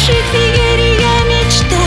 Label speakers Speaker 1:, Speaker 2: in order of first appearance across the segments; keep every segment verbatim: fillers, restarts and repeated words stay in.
Speaker 1: Шить феерия мечта,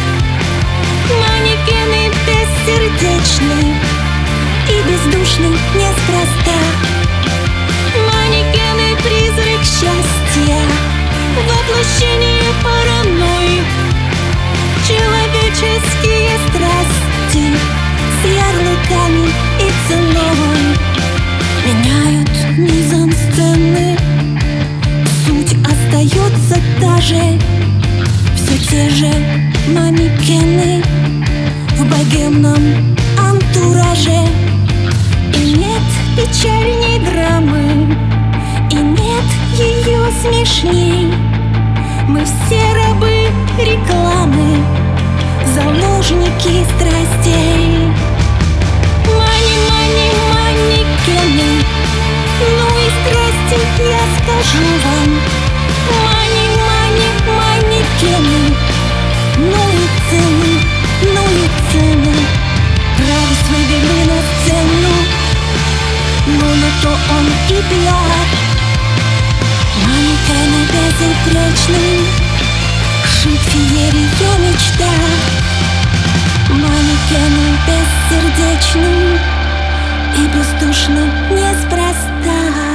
Speaker 1: манекены бессердечны и бездушны неспроста. Манекены — призрак счастья, воплощение паранойи. Человеческие страсти с ярлыками и ценой меняют мизансцены, суть остается та же. Все те же манекены в богемном антураже. И нет печальней драмы, и нет ее смешней. Мы все рабы рекламы, заложники страстей. Мани, мани, манекены, ну и страсти, я скажу вам. Мани, мани, манекены, ну и цены, ну и цены. Радость вывели на сцену, но на то он и пиар. Манекены безупречны, шить феерия мечта. Манекены бессердечны и бездушны неспроста.